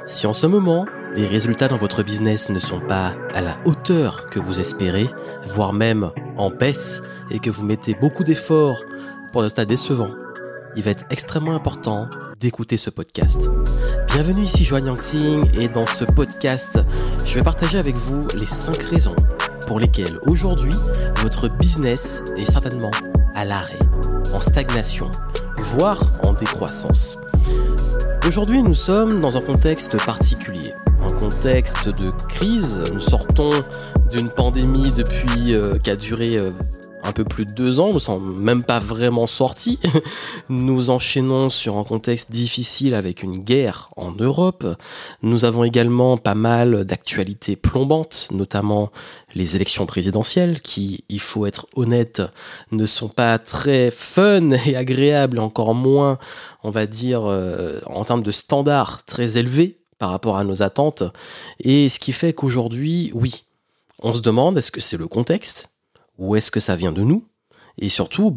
Si en ce moment, les résultats dans votre business ne sont pas à la hauteur que vous espérez, voire même en baisse, et que vous mettez beaucoup d'efforts pour des résultats décevants, il va être extrêmement important d'écouter ce podcast. Bienvenue ici Joanne Yangting, et dans ce podcast, je vais partager avec vous les 5 raisons pour lesquelles aujourd'hui, votre business est certainement à l'arrêt, en stagnation, voire en décroissance. Aujourd'hui, nous sommes dans un contexte particulier, un contexte de crise. Nous sortons d'une pandémie qui a duré un peu plus de 2 ans. Nous ne sommes même pas vraiment sortis. Nous enchaînons sur un contexte difficile avec une guerre en Europe. Nous avons également pas mal d'actualités plombantes, notamment les élections présidentielles qui, il faut être honnête, ne sont pas très fun et agréables, encore moins, on va dire, en termes de standards très élevés par rapport à nos attentes. Et ce qui fait qu'aujourd'hui, oui, on se demande, est-ce que c'est le contexte ? Ou est-ce que ça vient de nous ? Et surtout,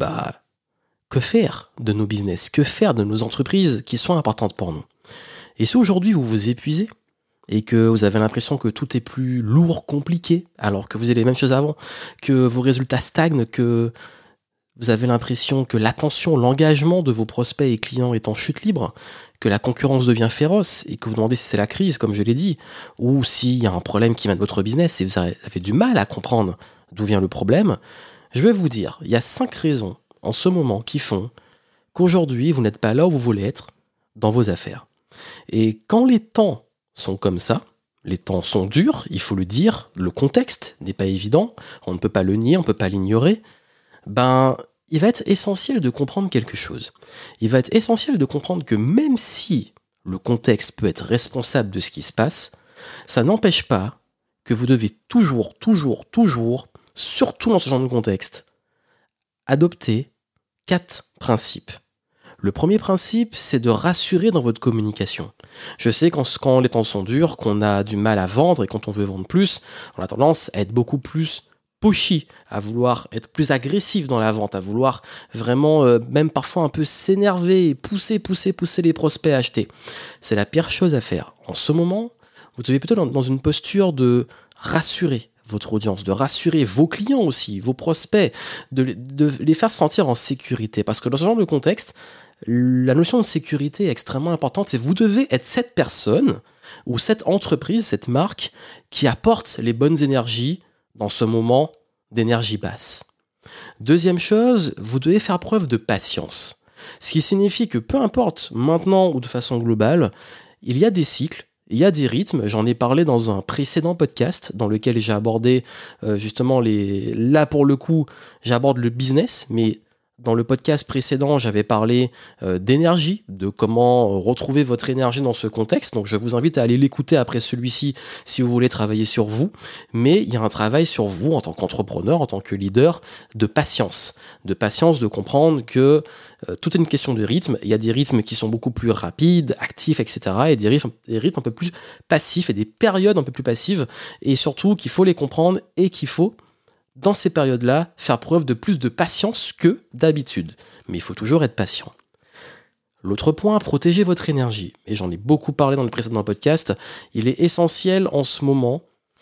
que faire de nos business ? Que faire de nos entreprises qui sont importantes pour nous ? Et si aujourd'hui vous vous épuisez et que vous avez l'impression que tout est plus lourd, compliqué, alors que vous avez les mêmes choses avant, que vos résultats stagnent, que vous avez l'impression que l'attention, l'engagement de vos prospects et clients est en chute libre, que la concurrence devient féroce et que vous vous demandez si c'est la crise, comme je l'ai dit, ou s'il y a un problème qui vient de votre business et vous avez du mal à comprendre d'où vient le problème, je vais vous dire, il y a 5 raisons en ce moment qui font qu'aujourd'hui, vous n'êtes pas là où vous voulez être dans vos affaires. Et quand les temps sont comme ça, les temps sont durs, il faut le dire, le contexte n'est pas évident, on ne peut pas le nier, on ne peut pas l'ignorer, il va être essentiel de comprendre quelque chose. Il va être essentiel de comprendre que même si le contexte peut être responsable de ce qui se passe, ça n'empêche pas que vous devez toujours, surtout dans ce genre de contexte, adopter 4 principes. Le premier principe, c'est de rassurer dans votre communication. Je sais quand les temps sont durs, qu'on a du mal à vendre et quand on veut vendre plus, on a tendance à être beaucoup plus pushy, à vouloir être plus agressif dans la vente, à vouloir vraiment, même parfois un peu s'énerver et pousser les prospects à acheter. C'est la pire chose à faire. En ce moment, vous devez plutôt dans une posture de rassurer votre audience, de rassurer vos clients aussi, vos prospects, de les faire se sentir en sécurité. Parce que dans ce genre de contexte, la notion de sécurité est extrêmement importante et vous devez être cette personne ou cette entreprise, cette marque qui apporte les bonnes énergies dans ce moment d'énergie basse. Deuxième chose, vous devez faire preuve de patience. Ce qui signifie que peu importe maintenant ou de façon globale, il y a des cycles, il y a des rythmes, j'en ai parlé dans un précédent podcast dans lequel j'ai abordé justement là pour le coup, j'aborde le business, mais dans le podcast précédent, j'avais parlé d'énergie, de comment retrouver votre énergie dans ce contexte. Donc je vous invite à aller l'écouter après celui-ci si vous voulez travailler sur vous. Mais il y a un travail sur vous en tant qu'entrepreneur, en tant que leader, de patience. De comprendre que tout est une question de rythme. Il y a des rythmes qui sont beaucoup plus rapides, actifs, etc. Et des rythmes un peu plus passifs et des périodes un peu plus passives. Et surtout qu'il faut les comprendre et qu'il faut, dans ces périodes-là, faire preuve de plus de patience que d'habitude. Mais il faut toujours être patient. L'autre point, protéger votre énergie. Et j'en ai beaucoup parlé dans le précédent podcast. Il est essentiel en ce moment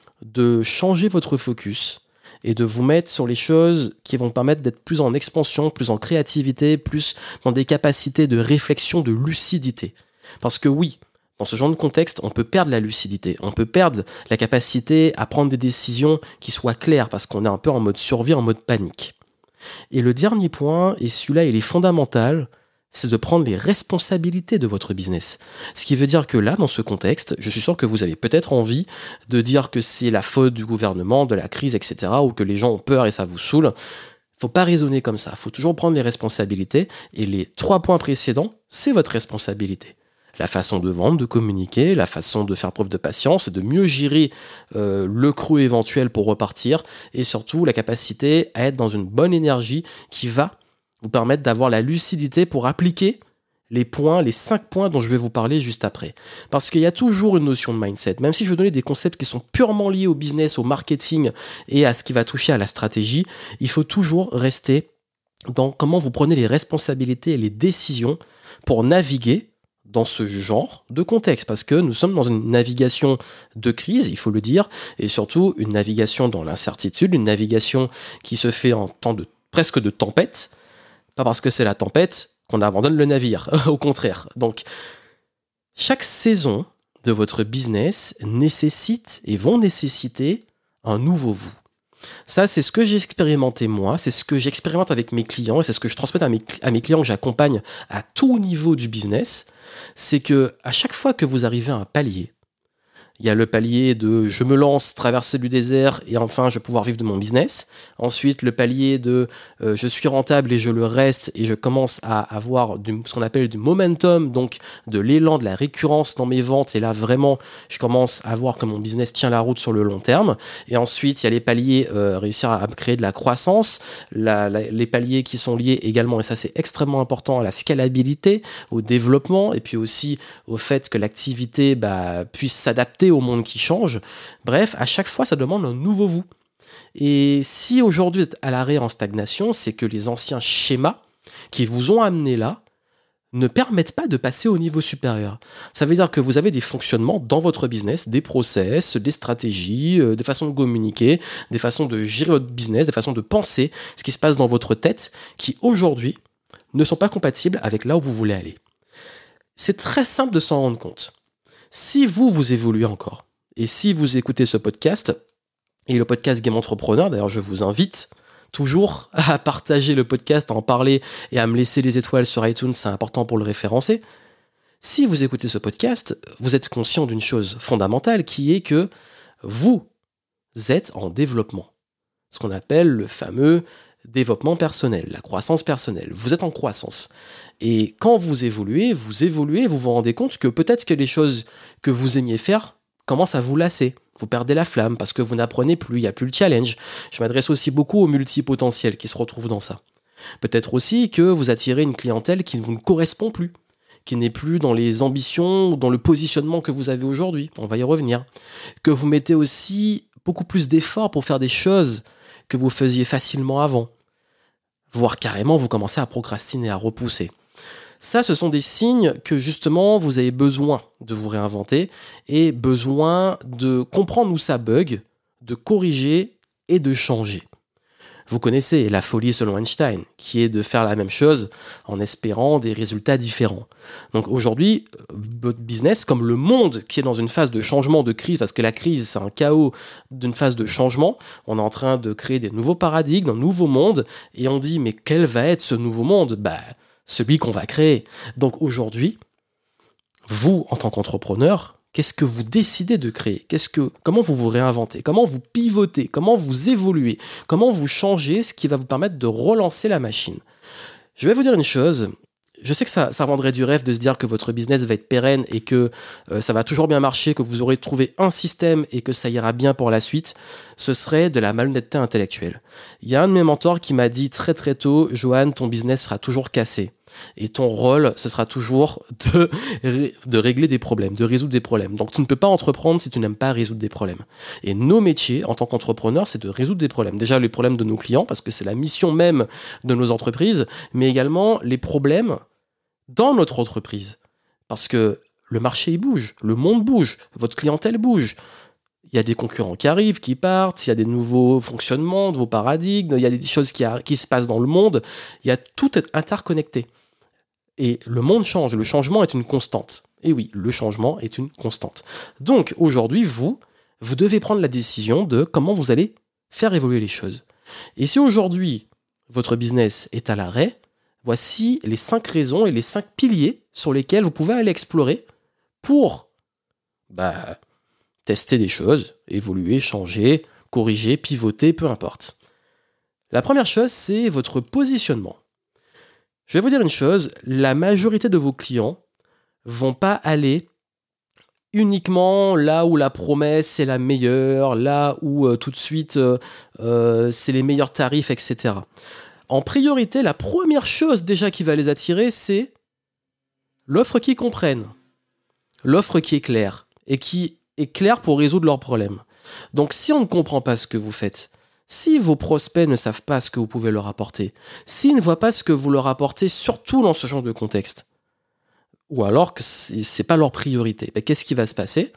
de changer votre focus et de vous mettre sur les choses qui vont permettre d'être plus en expansion, plus en créativité, plus dans des capacités de réflexion, de lucidité. Parce que oui, dans ce genre de contexte, on peut perdre la lucidité, on peut perdre la capacité à prendre des décisions qui soient claires parce qu'on est un peu en mode survie, en mode panique. Et le dernier point, et celui-là il est fondamental, c'est de prendre les responsabilités de votre business. Ce qui veut dire que là, dans ce contexte, je suis sûr que vous avez peut-être envie de dire que c'est la faute du gouvernement, de la crise, etc., ou que les gens ont peur et ça vous saoule. Faut pas raisonner comme ça, faut toujours prendre les responsabilités, et les 3 points précédents, c'est votre responsabilité. La façon de vendre, de communiquer, la façon de faire preuve de patience et de mieux gérer le creux éventuel pour repartir, et surtout la capacité à être dans une bonne énergie qui va vous permettre d'avoir la lucidité pour appliquer les 5 points dont je vais vous parler juste après. Parce qu'il y a toujours une notion de mindset. Même si je vais donner des concepts qui sont purement liés au business, au marketing et à ce qui va toucher à la stratégie, il faut toujours rester dans comment vous prenez les responsabilités et les décisions pour naviguer dans ce genre de contexte, parce que nous sommes dans une navigation de crise, il faut le dire, et surtout une navigation dans l'incertitude, une navigation qui se fait en temps presque de tempête, pas parce que c'est la tempête qu'on abandonne le navire, au contraire. Donc, chaque saison de votre business nécessite et vont nécessiter un nouveau vous. Ça, c'est ce que j'ai expérimenté moi, c'est ce que j'expérimente avec mes clients et c'est ce que je transmets à mes clients que j'accompagne à tout niveau du business. C'est que à chaque fois que vous arrivez à un palier, il y a le palier de je me lance, traverser du désert et enfin je vais pouvoir vivre de mon business. Ensuite, le palier de je suis rentable et je le reste et je commence à avoir ce qu'on appelle du momentum, donc de l'élan, de la récurrence dans mes ventes. Et là, vraiment, je commence à voir que mon business tient la route sur le long terme. Et ensuite, il y a les paliers, réussir à créer de la croissance, les paliers qui sont liés également, et ça c'est extrêmement important, à la scalabilité, au développement et puis aussi au fait que l'activité puisse s'adapter au monde qui change. Bref, à chaque fois, ça demande un nouveau vous. Et si aujourd'hui vous êtes à l'arrêt en stagnation, c'est que les anciens schémas qui vous ont amené là ne permettent pas de passer au niveau supérieur. Ça veut dire que vous avez des fonctionnements dans votre business, des process, des stratégies, des façons de communiquer, des façons de gérer votre business, des façons de penser ce qui se passe dans votre tête qui aujourd'hui ne sont pas compatibles avec là où vous voulez aller. C'est très simple de s'en rendre compte. Si vous évoluez encore, et si vous écoutez ce podcast, et le podcast Game Entrepreneur, d'ailleurs je vous invite toujours à partager le podcast, à en parler et à me laisser les étoiles sur iTunes, c'est important pour le référencer. Si vous écoutez ce podcast, vous êtes conscient d'une chose fondamentale qui est que vous êtes en développement. Ce qu'on appelle le fameux développement personnel, la croissance personnelle. Vous êtes en croissance. Et quand vous évoluez, vous vous rendez compte que peut-être que les choses que vous aimiez faire commencent à vous lasser. Vous perdez la flamme parce que vous n'apprenez plus, il n'y a plus le challenge. Je m'adresse aussi beaucoup aux multipotentiels qui se retrouvent dans ça. Peut-être aussi que vous attirez une clientèle qui ne vous correspond plus, qui n'est plus dans les ambitions ou dans le positionnement que vous avez aujourd'hui. On va y revenir. Que vous mettez aussi beaucoup plus d'efforts pour faire des choses que vous faisiez facilement avant. Voire carrément, vous commencez à procrastiner, à repousser. Ça, ce sont des signes que justement, vous avez besoin de vous réinventer et besoin de comprendre où ça bug, de corriger et de changer. Vous connaissez la folie selon Einstein, qui est de faire la même chose en espérant des résultats différents. Donc aujourd'hui, votre business, comme le monde qui est dans une phase de changement, de crise, parce que la crise, c'est un chaos d'une phase de changement, on est en train de créer des nouveaux paradigmes, un nouveau monde, et on dit, mais quel va être ce nouveau monde ? Celui qu'on va créer. Donc aujourd'hui, vous, en tant qu'entrepreneur, qu'est-ce que vous décidez de créer ? Comment vous vous réinventez ? Comment vous pivotez ? Comment vous évoluez ? Comment vous changez ce qui va vous permettre de relancer la machine ? Je vais vous dire une chose. Je sais que ça rendrait du rêve de se dire que votre business va être pérenne et que ça va toujours bien marcher, que vous aurez trouvé un système et que ça ira bien pour la suite. Ce serait de la malhonnêteté intellectuelle. Il y a un de mes mentors qui m'a dit très très tôt, Johan, ton business sera toujours cassé. Et ton rôle, ce sera toujours de régler des problèmes, de résoudre des problèmes. Donc tu ne peux pas entreprendre si tu n'aimes pas résoudre des problèmes. Et nos métiers, en tant qu'entrepreneurs, c'est de résoudre des problèmes. Déjà les problèmes de nos clients, parce que c'est la mission même de nos entreprises, mais également les problèmes dans notre entreprise. Parce que le marché il bouge, le monde bouge, votre clientèle bouge. Il y a des concurrents qui arrivent, qui partent, il y a des nouveaux fonctionnements, de nouveaux paradigmes, il y a des choses qui se passent dans le monde. Il y a tout est interconnecté. Et le monde change, le changement est une constante. Et oui, le changement est une constante. Donc aujourd'hui, vous devez prendre la décision de comment vous allez faire évoluer les choses. Et si aujourd'hui, votre business est à l'arrêt, voici les 5 raisons et les 5 piliers sur lesquels vous pouvez aller explorer pour tester des choses, évoluer, changer, corriger, pivoter, peu importe. La première chose, c'est votre positionnement. Je vais vous dire une chose, la majorité de vos clients vont pas aller uniquement là où la promesse est la meilleure, là où tout de suite c'est les meilleurs tarifs, etc. En priorité, la première chose déjà qui va les attirer, c'est l'offre qu'ils comprennent, l'offre qui est claire et qui est claire pour résoudre leurs problèmes. Donc si on ne comprend pas ce que vous faites, si vos prospects ne savent pas ce que vous pouvez leur apporter, s'ils ne voient pas ce que vous leur apportez, surtout dans ce genre de contexte, ou alors que c'est pas leur priorité. Qu'est-ce qui va se passer?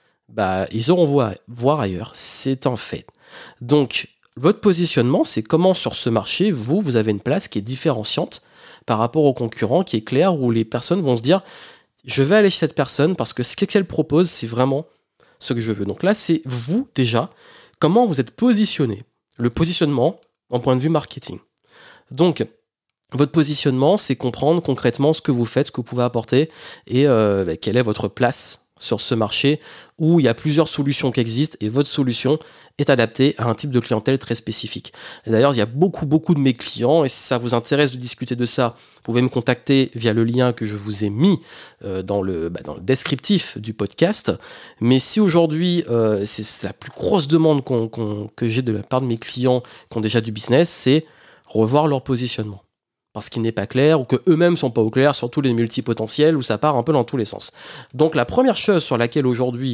Ils auront voir ailleurs, c'est un fait. Donc, votre positionnement, c'est comment sur ce marché, vous avez une place qui est différenciante par rapport aux concurrents, qui est claire, où les personnes vont se dire, je vais aller chez cette personne parce que ce qu'elle propose, c'est vraiment ce que je veux. Donc là, c'est vous, déjà, comment vous êtes positionné. Le positionnement, en point de vue marketing. Donc, votre positionnement, c'est comprendre concrètement ce que vous faites, ce que vous pouvez apporter et quelle est votre place sur ce marché où il y a plusieurs solutions qui existent et votre solution est adaptée à un type de clientèle très spécifique. Et d'ailleurs, il y a beaucoup de mes clients et si ça vous intéresse de discuter de ça, vous pouvez me contacter via le lien que je vous ai mis dans le descriptif du podcast. Mais si aujourd'hui, c'est la plus grosse demande que j'ai de la part de mes clients qui ont déjà du business, c'est revoir leur positionnement. Parce qu'il n'est pas clair, ou qu'eux-mêmes ne sont pas au clair sur tous les multipotentiels, où ça part un peu dans tous les sens. Donc la première chose sur laquelle aujourd'hui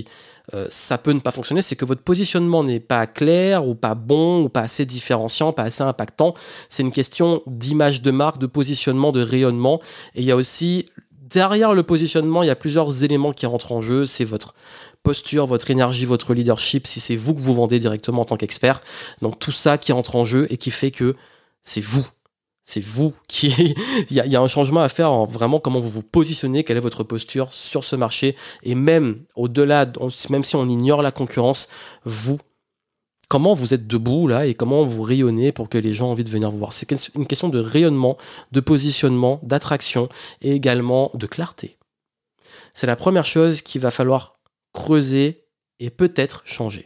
ça peut ne pas fonctionner, c'est que votre positionnement n'est pas clair, ou pas bon, ou pas assez différenciant, pas assez impactant. C'est une question d'image de marque, de positionnement, de rayonnement. Et il y a aussi, derrière le positionnement, il y a plusieurs éléments qui rentrent en jeu. C'est votre posture, votre énergie, votre leadership, si c'est vous que vous vendez directement en tant qu'expert. Donc tout ça qui rentre en jeu et qui fait que c'est vous. C'est vous qui... Il y a un changement à faire en vraiment comment vous vous positionnez, quelle est votre posture sur ce marché. Et même au-delà, même si on ignore la concurrence, vous, comment vous êtes debout là et comment vous rayonnez pour que les gens aient envie de venir vous voir. C'est une question de rayonnement, de positionnement, d'attraction et également de clarté. C'est la première chose qu'il va falloir creuser et peut-être changer.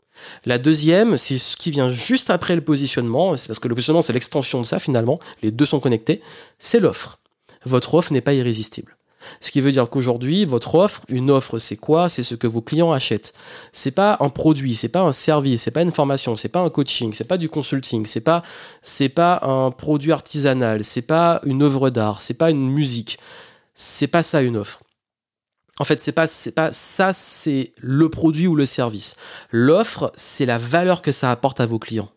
La deuxième, c'est ce qui vient juste après le positionnement, c'est parce que le positionnement, c'est l'extension de ça finalement, les deux sont connectés, c'est l'offre. Votre offre n'est pas irrésistible. Ce qui veut dire qu'aujourd'hui, votre offre, une offre, c'est quoi? C'est ce que vos clients achètent. C'est pas un produit, c'est pas un service, c'est pas une formation, c'est pas un coaching, c'est pas du consulting, c'est pas un produit artisanal, c'est pas une œuvre d'art, c'est pas une musique. C'est pas ça une offre. En fait, c'est pas ça, c'est le produit ou le service. L'offre, c'est la valeur que ça apporte à vos clients.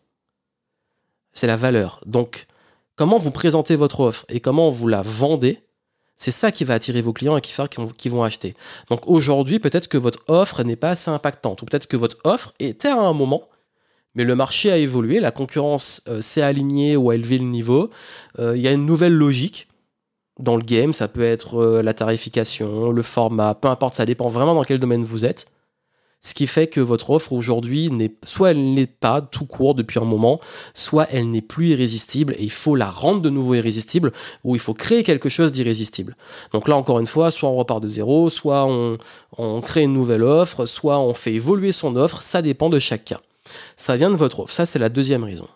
C'est la valeur. Donc, comment vous présentez votre offre et comment vous la vendez, c'est ça qui va attirer vos clients et qui va faire qu'ils vont acheter. Donc aujourd'hui, peut-être que votre offre n'est pas assez impactante ou peut-être que votre offre était à un moment, mais le marché a évolué, la concurrence s'est alignée ou a élevé le niveau, il y a une nouvelle logique. Dans le game, ça peut être la tarification, le format, peu importe, ça dépend vraiment dans quel domaine vous êtes. Ce qui fait que votre offre aujourd'hui, soit elle n'est pas tout court depuis un moment, soit elle n'est plus irrésistible et il faut la rendre de nouveau irrésistible ou il faut créer quelque chose d'irrésistible. Donc là, encore une fois, soit on repart de zéro, soit on crée une nouvelle offre, soit on fait évoluer son offre, ça dépend de chaque cas. Ça vient de votre offre, ça c'est la deuxième raison.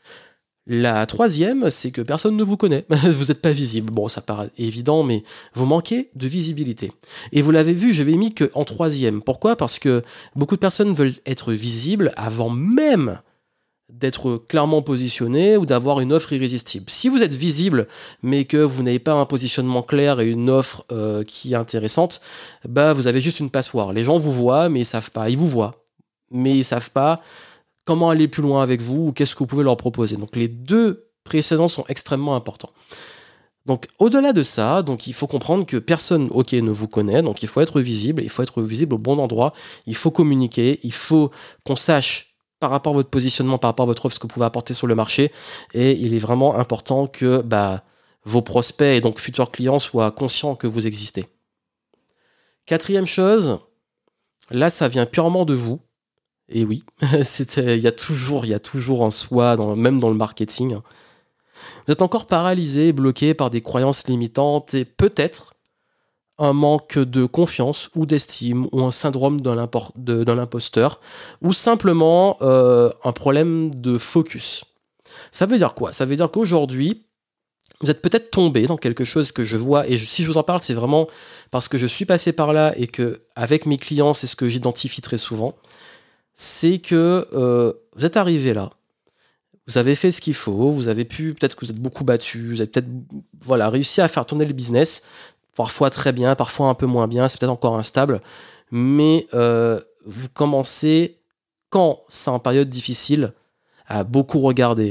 La troisième, c'est que personne ne vous connaît. Vous n'êtes pas visible. Bon, ça paraît évident, mais vous manquez de visibilité. Et vous l'avez vu, je l'ai mis qu'en troisième. Pourquoi ? Parce que beaucoup de personnes veulent être visibles avant même d'être clairement positionné ou d'avoir une offre irrésistible. Si vous êtes visible, mais que vous n'avez pas un positionnement clair et une offre qui est intéressante, vous avez juste une passoire. Les gens vous voient, mais ils savent pas. Ils vous voient, mais ils savent pas comment aller plus loin avec vous ou qu'est-ce que vous pouvez leur proposer. Donc les deux précédents sont extrêmement importants. Donc au-delà de ça, donc il faut comprendre que personne ne vous connaît, donc il faut être visible au bon endroit, il faut communiquer, il faut qu'on sache par rapport à votre positionnement, par rapport à votre offre, ce que vous pouvez apporter sur le marché, et il est vraiment important que vos prospects et donc futurs clients soient conscients que vous existez. Quatrième chose, là ça vient purement de vous. Et oui, il y a toujours un soi, même dans le marketing. Vous êtes encore paralysé, bloqué par des croyances limitantes et peut-être un manque de confiance ou d'estime ou un syndrome de l'imposteur ou simplement un problème de focus. Ça veut dire quoi ? Ça veut dire qu'aujourd'hui, vous êtes peut-être tombé dans quelque chose que je vois et si je vous en parle, c'est vraiment parce que je suis passé par là et que avec mes clients, c'est ce que j'identifie très souvent. C'est que vous êtes arrivé là, vous avez fait ce qu'il faut, peut-être que vous êtes beaucoup battu, vous avez peut-être réussi à faire tourner le business, parfois très bien, parfois un peu moins bien, c'est peut-être encore instable, mais vous commencez, quand c'est en période difficile, à beaucoup regarder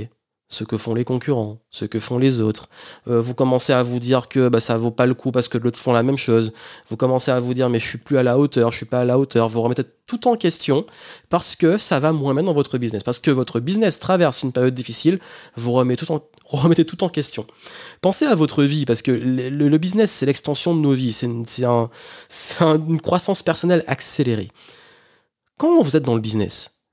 ce que font les concurrents, ce que font les autres. Vous commencez à vous dire que ça vaut pas le coup parce que l'autre font la même chose. Vous commencez à vous dire mais je suis plus à la hauteur, je suis pas à la hauteur. Vous remettez tout en question parce que ça va moins bien dans votre business. Parce que votre business traverse une période difficile, vous remettez tout en question. Pensez à votre vie parce que le business c'est l'extension de nos vies, c'est une croissance personnelle accélérée. Quand vous êtes dans le business,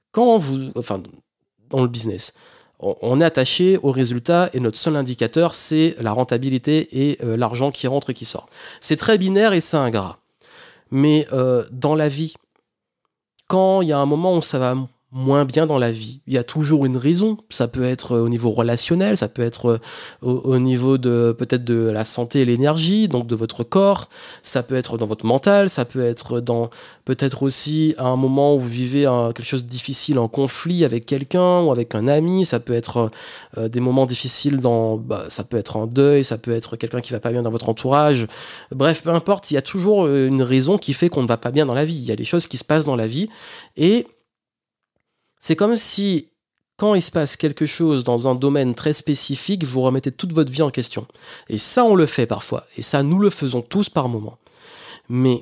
dans le business, on est attaché aux résultats et notre seul indicateur, c'est la rentabilité et l'argent qui rentre et qui sort. C'est très binaire et c'est ingrat. Mais dans la vie, quand il y a un moment où ça va moins bien dans la vie, il y a toujours une raison. Ça peut être au niveau relationnel, ça peut être au niveau de peut-être de la santé et l'énergie, donc de votre corps, ça peut être dans votre mental, ça peut être dans peut-être aussi à un moment où vous vivez quelque chose de difficile en conflit avec quelqu'un ou avec un ami, ça peut être des moments difficiles ça peut être un deuil, ça peut être quelqu'un qui va pas bien dans votre entourage. Bref, peu importe, il y a toujours une raison qui fait qu'on ne va pas bien dans la vie. Il y a des choses qui se passent dans la vie et c'est comme si, quand il se passe quelque chose dans un domaine très spécifique, vous remettez toute votre vie en question. Et ça, on le fait parfois. Et ça, nous le faisons tous par moments. Mais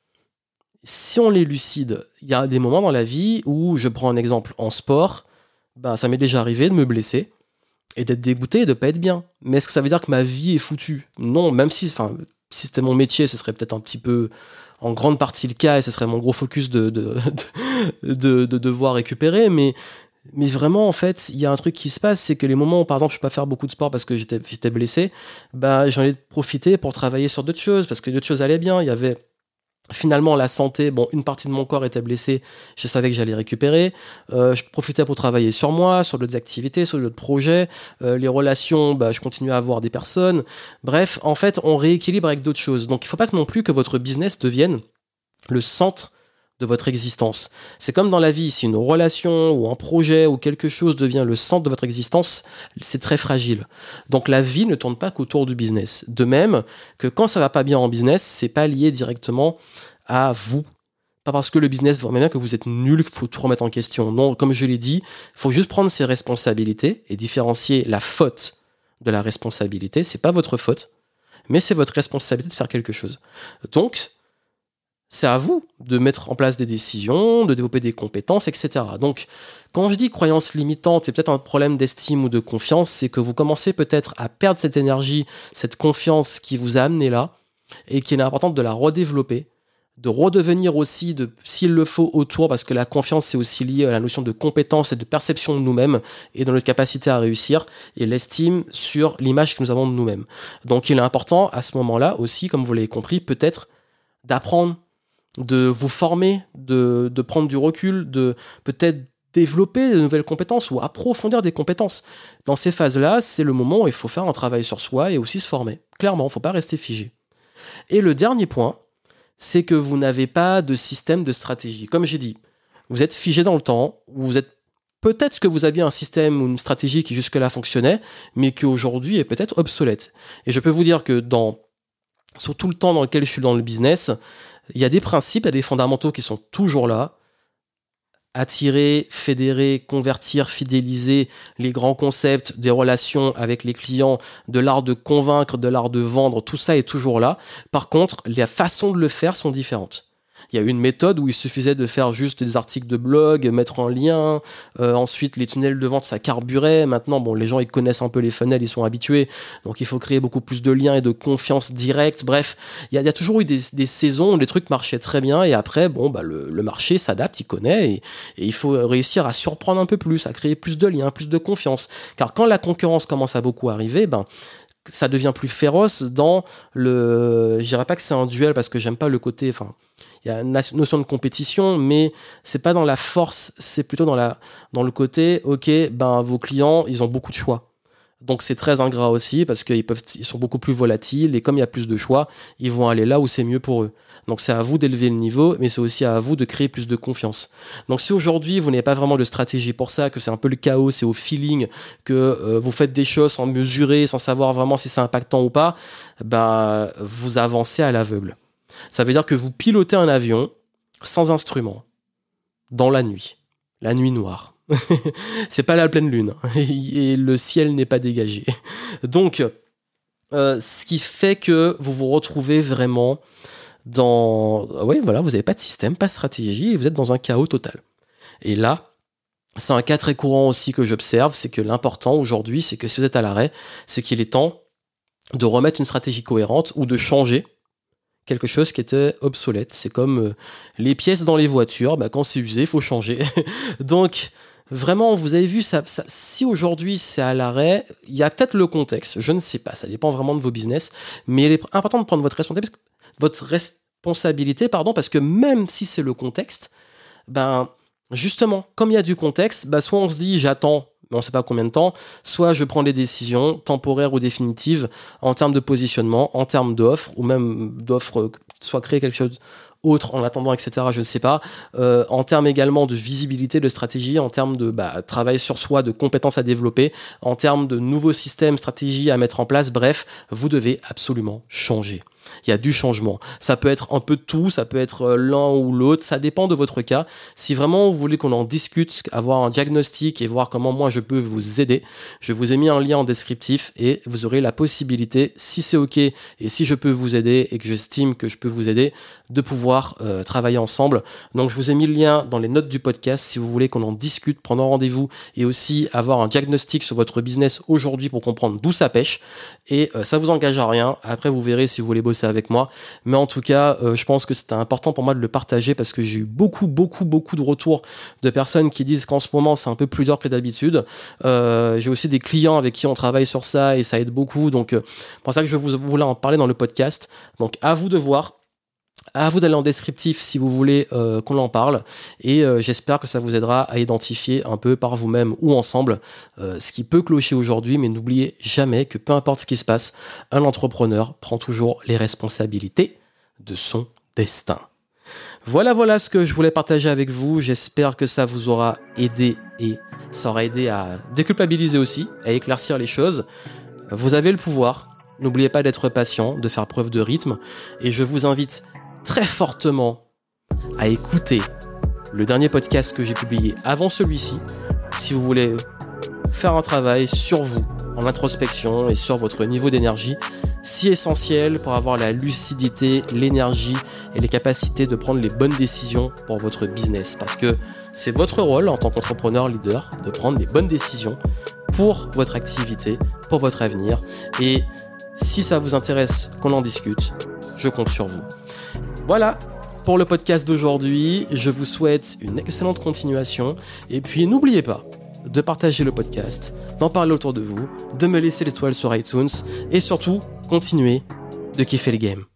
si on est lucide, il y a des moments dans la vie où, je prends un exemple en sport, ça m'est déjà arrivé de me blesser et d'être dégoûté et de ne pas être bien. Mais est-ce que ça veut dire que ma vie est foutue ? Non, même si c'était mon métier, ce serait peut-être un petit peu en grande partie le cas et ce serait mon gros focus de devoir récupérer, mais vraiment en fait il y a un truc qui se passe, c'est que les moments où par exemple je peux pas faire beaucoup de sport parce que j'étais blessé, j'en ai profité pour travailler sur d'autres choses parce que d'autres choses allaient bien. Il y avait finalement la santé, une partie de mon corps était blessée, je savais que j'allais récupérer, je profitais pour travailler sur moi, sur d'autres activités, sur d'autres projets, les relations, je continuais à avoir des personnes, bref, en fait on rééquilibre avec d'autres choses. Donc il faut pas non plus que votre business devienne le centre de votre existence. C'est comme dans la vie, si une relation ou un projet ou quelque chose devient le centre de votre existence, c'est très fragile. Donc la vie ne tourne pas qu'autour du business. De même que quand ça va pas bien en business, c'est pas lié directement à vous. Pas parce que le business va bien que vous êtes nul qu'il faut tout remettre en question. Non, comme je l'ai dit, il faut juste prendre ses responsabilités et différencier la faute de la responsabilité. C'est pas votre faute, mais c'est votre responsabilité de faire quelque chose. Donc, c'est à vous de mettre en place des décisions, de développer des compétences, etc. Donc, quand je dis croyance limitante, c'est peut-être un problème d'estime ou de confiance, c'est que vous commencez peut-être à perdre cette énergie, cette confiance qui vous a amené là, et qu'il est important de la redévelopper, de redevenir aussi, s'il le faut, autour, parce que la confiance, c'est aussi lié à la notion de compétence et de perception de nous-mêmes, et de notre capacité à réussir, et l'estime sur l'image que nous avons de nous-mêmes. Donc, il est important, à ce moment-là aussi, comme vous l'avez compris, peut-être d'apprendre, de vous former, de prendre du recul, de peut-être développer de nouvelles compétences ou approfondir des compétences. Dans ces phases-là, c'est le moment où il faut faire un travail sur soi et aussi se former. Clairement, il ne faut pas rester figé. Et le dernier point, c'est que vous n'avez pas de système de stratégie. Comme j'ai dit, vous êtes figé dans le temps, peut-être que vous aviez un système ou une stratégie qui jusque-là fonctionnait, mais qui aujourd'hui est peut-être obsolète. Et je peux vous dire que sur tout le temps dans lequel je suis dans le business, il y a des principes, il y a des fondamentaux qui sont toujours là. Attirer, fédérer, convertir, fidéliser, les grands concepts des relations avec les clients, de l'art de convaincre, de l'art de vendre, tout ça est toujours là. Par contre, les façons de le faire sont différentes. Il y a une méthode où il suffisait de faire juste des articles de blog, mettre en lien, ensuite les tunnels de vente ça carburait. Maintenant les gens ils connaissent un peu les funnels, ils sont habitués, donc il faut créer beaucoup plus de liens et de confiance directe. Bref, il y a toujours eu des saisons où les trucs marchaient très bien et après le marché s'adapte, il connaît et il faut réussir à surprendre un peu plus, à créer plus de liens, plus de confiance, car quand la concurrence commence à beaucoup arriver, ça devient plus féroce je dirais pas que c'est un duel parce que j'aime pas le côté, il y a une notion de compétition, mais c'est pas dans la force, c'est plutôt dans le côté, vos clients, ils ont beaucoup de choix. Donc c'est très ingrat aussi parce qu'ils sont beaucoup plus volatiles et comme il y a plus de choix, ils vont aller là où c'est mieux pour eux. Donc c'est à vous d'élever le niveau, mais c'est aussi à vous de créer plus de confiance. Donc si aujourd'hui vous n'avez pas vraiment de stratégie pour ça, que c'est un peu le chaos, c'est au feeling, que vous faites des choses sans mesurer, sans savoir vraiment si c'est impactant ou pas, vous avancez à l'aveugle. Ça veut dire que vous pilotez un avion sans instrument, dans la nuit noire. C'est pas la pleine lune et le ciel n'est pas dégagé. Donc, ce qui fait que vous vous retrouvez vraiment dans... Oui, voilà, vous n'avez pas de système, pas de stratégie et vous êtes dans un chaos total. Et là, c'est un cas très courant aussi que j'observe, c'est que l'important aujourd'hui, c'est que si vous êtes à l'arrêt, c'est qu'il est temps de remettre une stratégie cohérente ou de changer quelque chose qui était obsolète. C'est comme les pièces dans les voitures, quand c'est usé, il faut changer. Donc, vraiment, vous avez vu, ça, si aujourd'hui c'est à l'arrêt, il y a peut-être le contexte, je ne sais pas, ça dépend vraiment de vos business, mais il est important de prendre votre responsabilité, parce que même si c'est le contexte, justement, comme il y a du contexte, soit on se dit j'attends, mais on ne sait pas combien de temps, soit je prends des décisions temporaires ou définitives en termes de positionnement, en termes d'offres, ou même d'offres, soit créer quelque chose autre en attendant, etc., je ne sais pas, en termes également de visibilité, de stratégie, en termes de travail sur soi, de compétences à développer, en termes de nouveaux systèmes, stratégies à mettre en place, bref, vous devez absolument changer. Il y a du changement. Ça peut être un peu de tout, ça peut être l'un ou l'autre, ça dépend de votre cas. Si vraiment vous voulez qu'on en discute, avoir un diagnostic et voir comment moi je peux vous aider, je vous ai mis un lien en descriptif et vous aurez la possibilité, si c'est ok et si je peux vous aider et que j'estime que je peux vous aider, de pouvoir travailler ensemble. Donc je vous ai mis le lien dans les notes du podcast si vous voulez qu'on en discute, prendre un rendez-vous et aussi avoir un diagnostic sur votre business aujourd'hui pour comprendre d'où ça pêche. Et ça vous engage à rien. Après vous verrez si vous voulez bosser avec moi, mais en tout cas je pense que c'était important pour moi de le partager parce que j'ai eu beaucoup de retours de personnes qui disent qu'en ce moment c'est un peu plus dur que d'habitude. J'ai aussi des clients avec qui on travaille sur ça et ça aide beaucoup, donc c'est pour ça que je voulais en parler dans le podcast. Donc à vous de voir, à vous d'aller en descriptif si vous voulez qu'on en parle, et j'espère que ça vous aidera à identifier un peu par vous-même ou ensemble ce qui peut clocher aujourd'hui, mais n'oubliez jamais que peu importe ce qui se passe, un entrepreneur prend toujours les responsabilités de son destin. Voilà ce que je voulais partager avec vous, j'espère que ça vous aura aidé et ça aura aidé à déculpabiliser aussi, à éclaircir les choses. Vous avez le pouvoir, n'oubliez pas d'être patient, de faire preuve de rythme, et je vous invite très fortement à écouter le dernier podcast que j'ai publié avant celui-ci, si vous voulez faire un travail sur vous, en introspection et sur votre niveau d'énergie, si essentiel pour avoir la lucidité, l'énergie et les capacités de prendre les bonnes décisions pour votre business. Parce que c'est votre rôle en tant qu'entrepreneur leader de prendre les bonnes décisions pour votre activité, pour votre avenir. Et si ça vous intéresse qu'on en discute, je compte sur vous. Voilà pour le podcast d'aujourd'hui, je vous souhaite une excellente continuation et puis n'oubliez pas de partager le podcast, d'en parler autour de vous, de me laisser l'étoile sur iTunes et surtout, continuez de kiffer les games.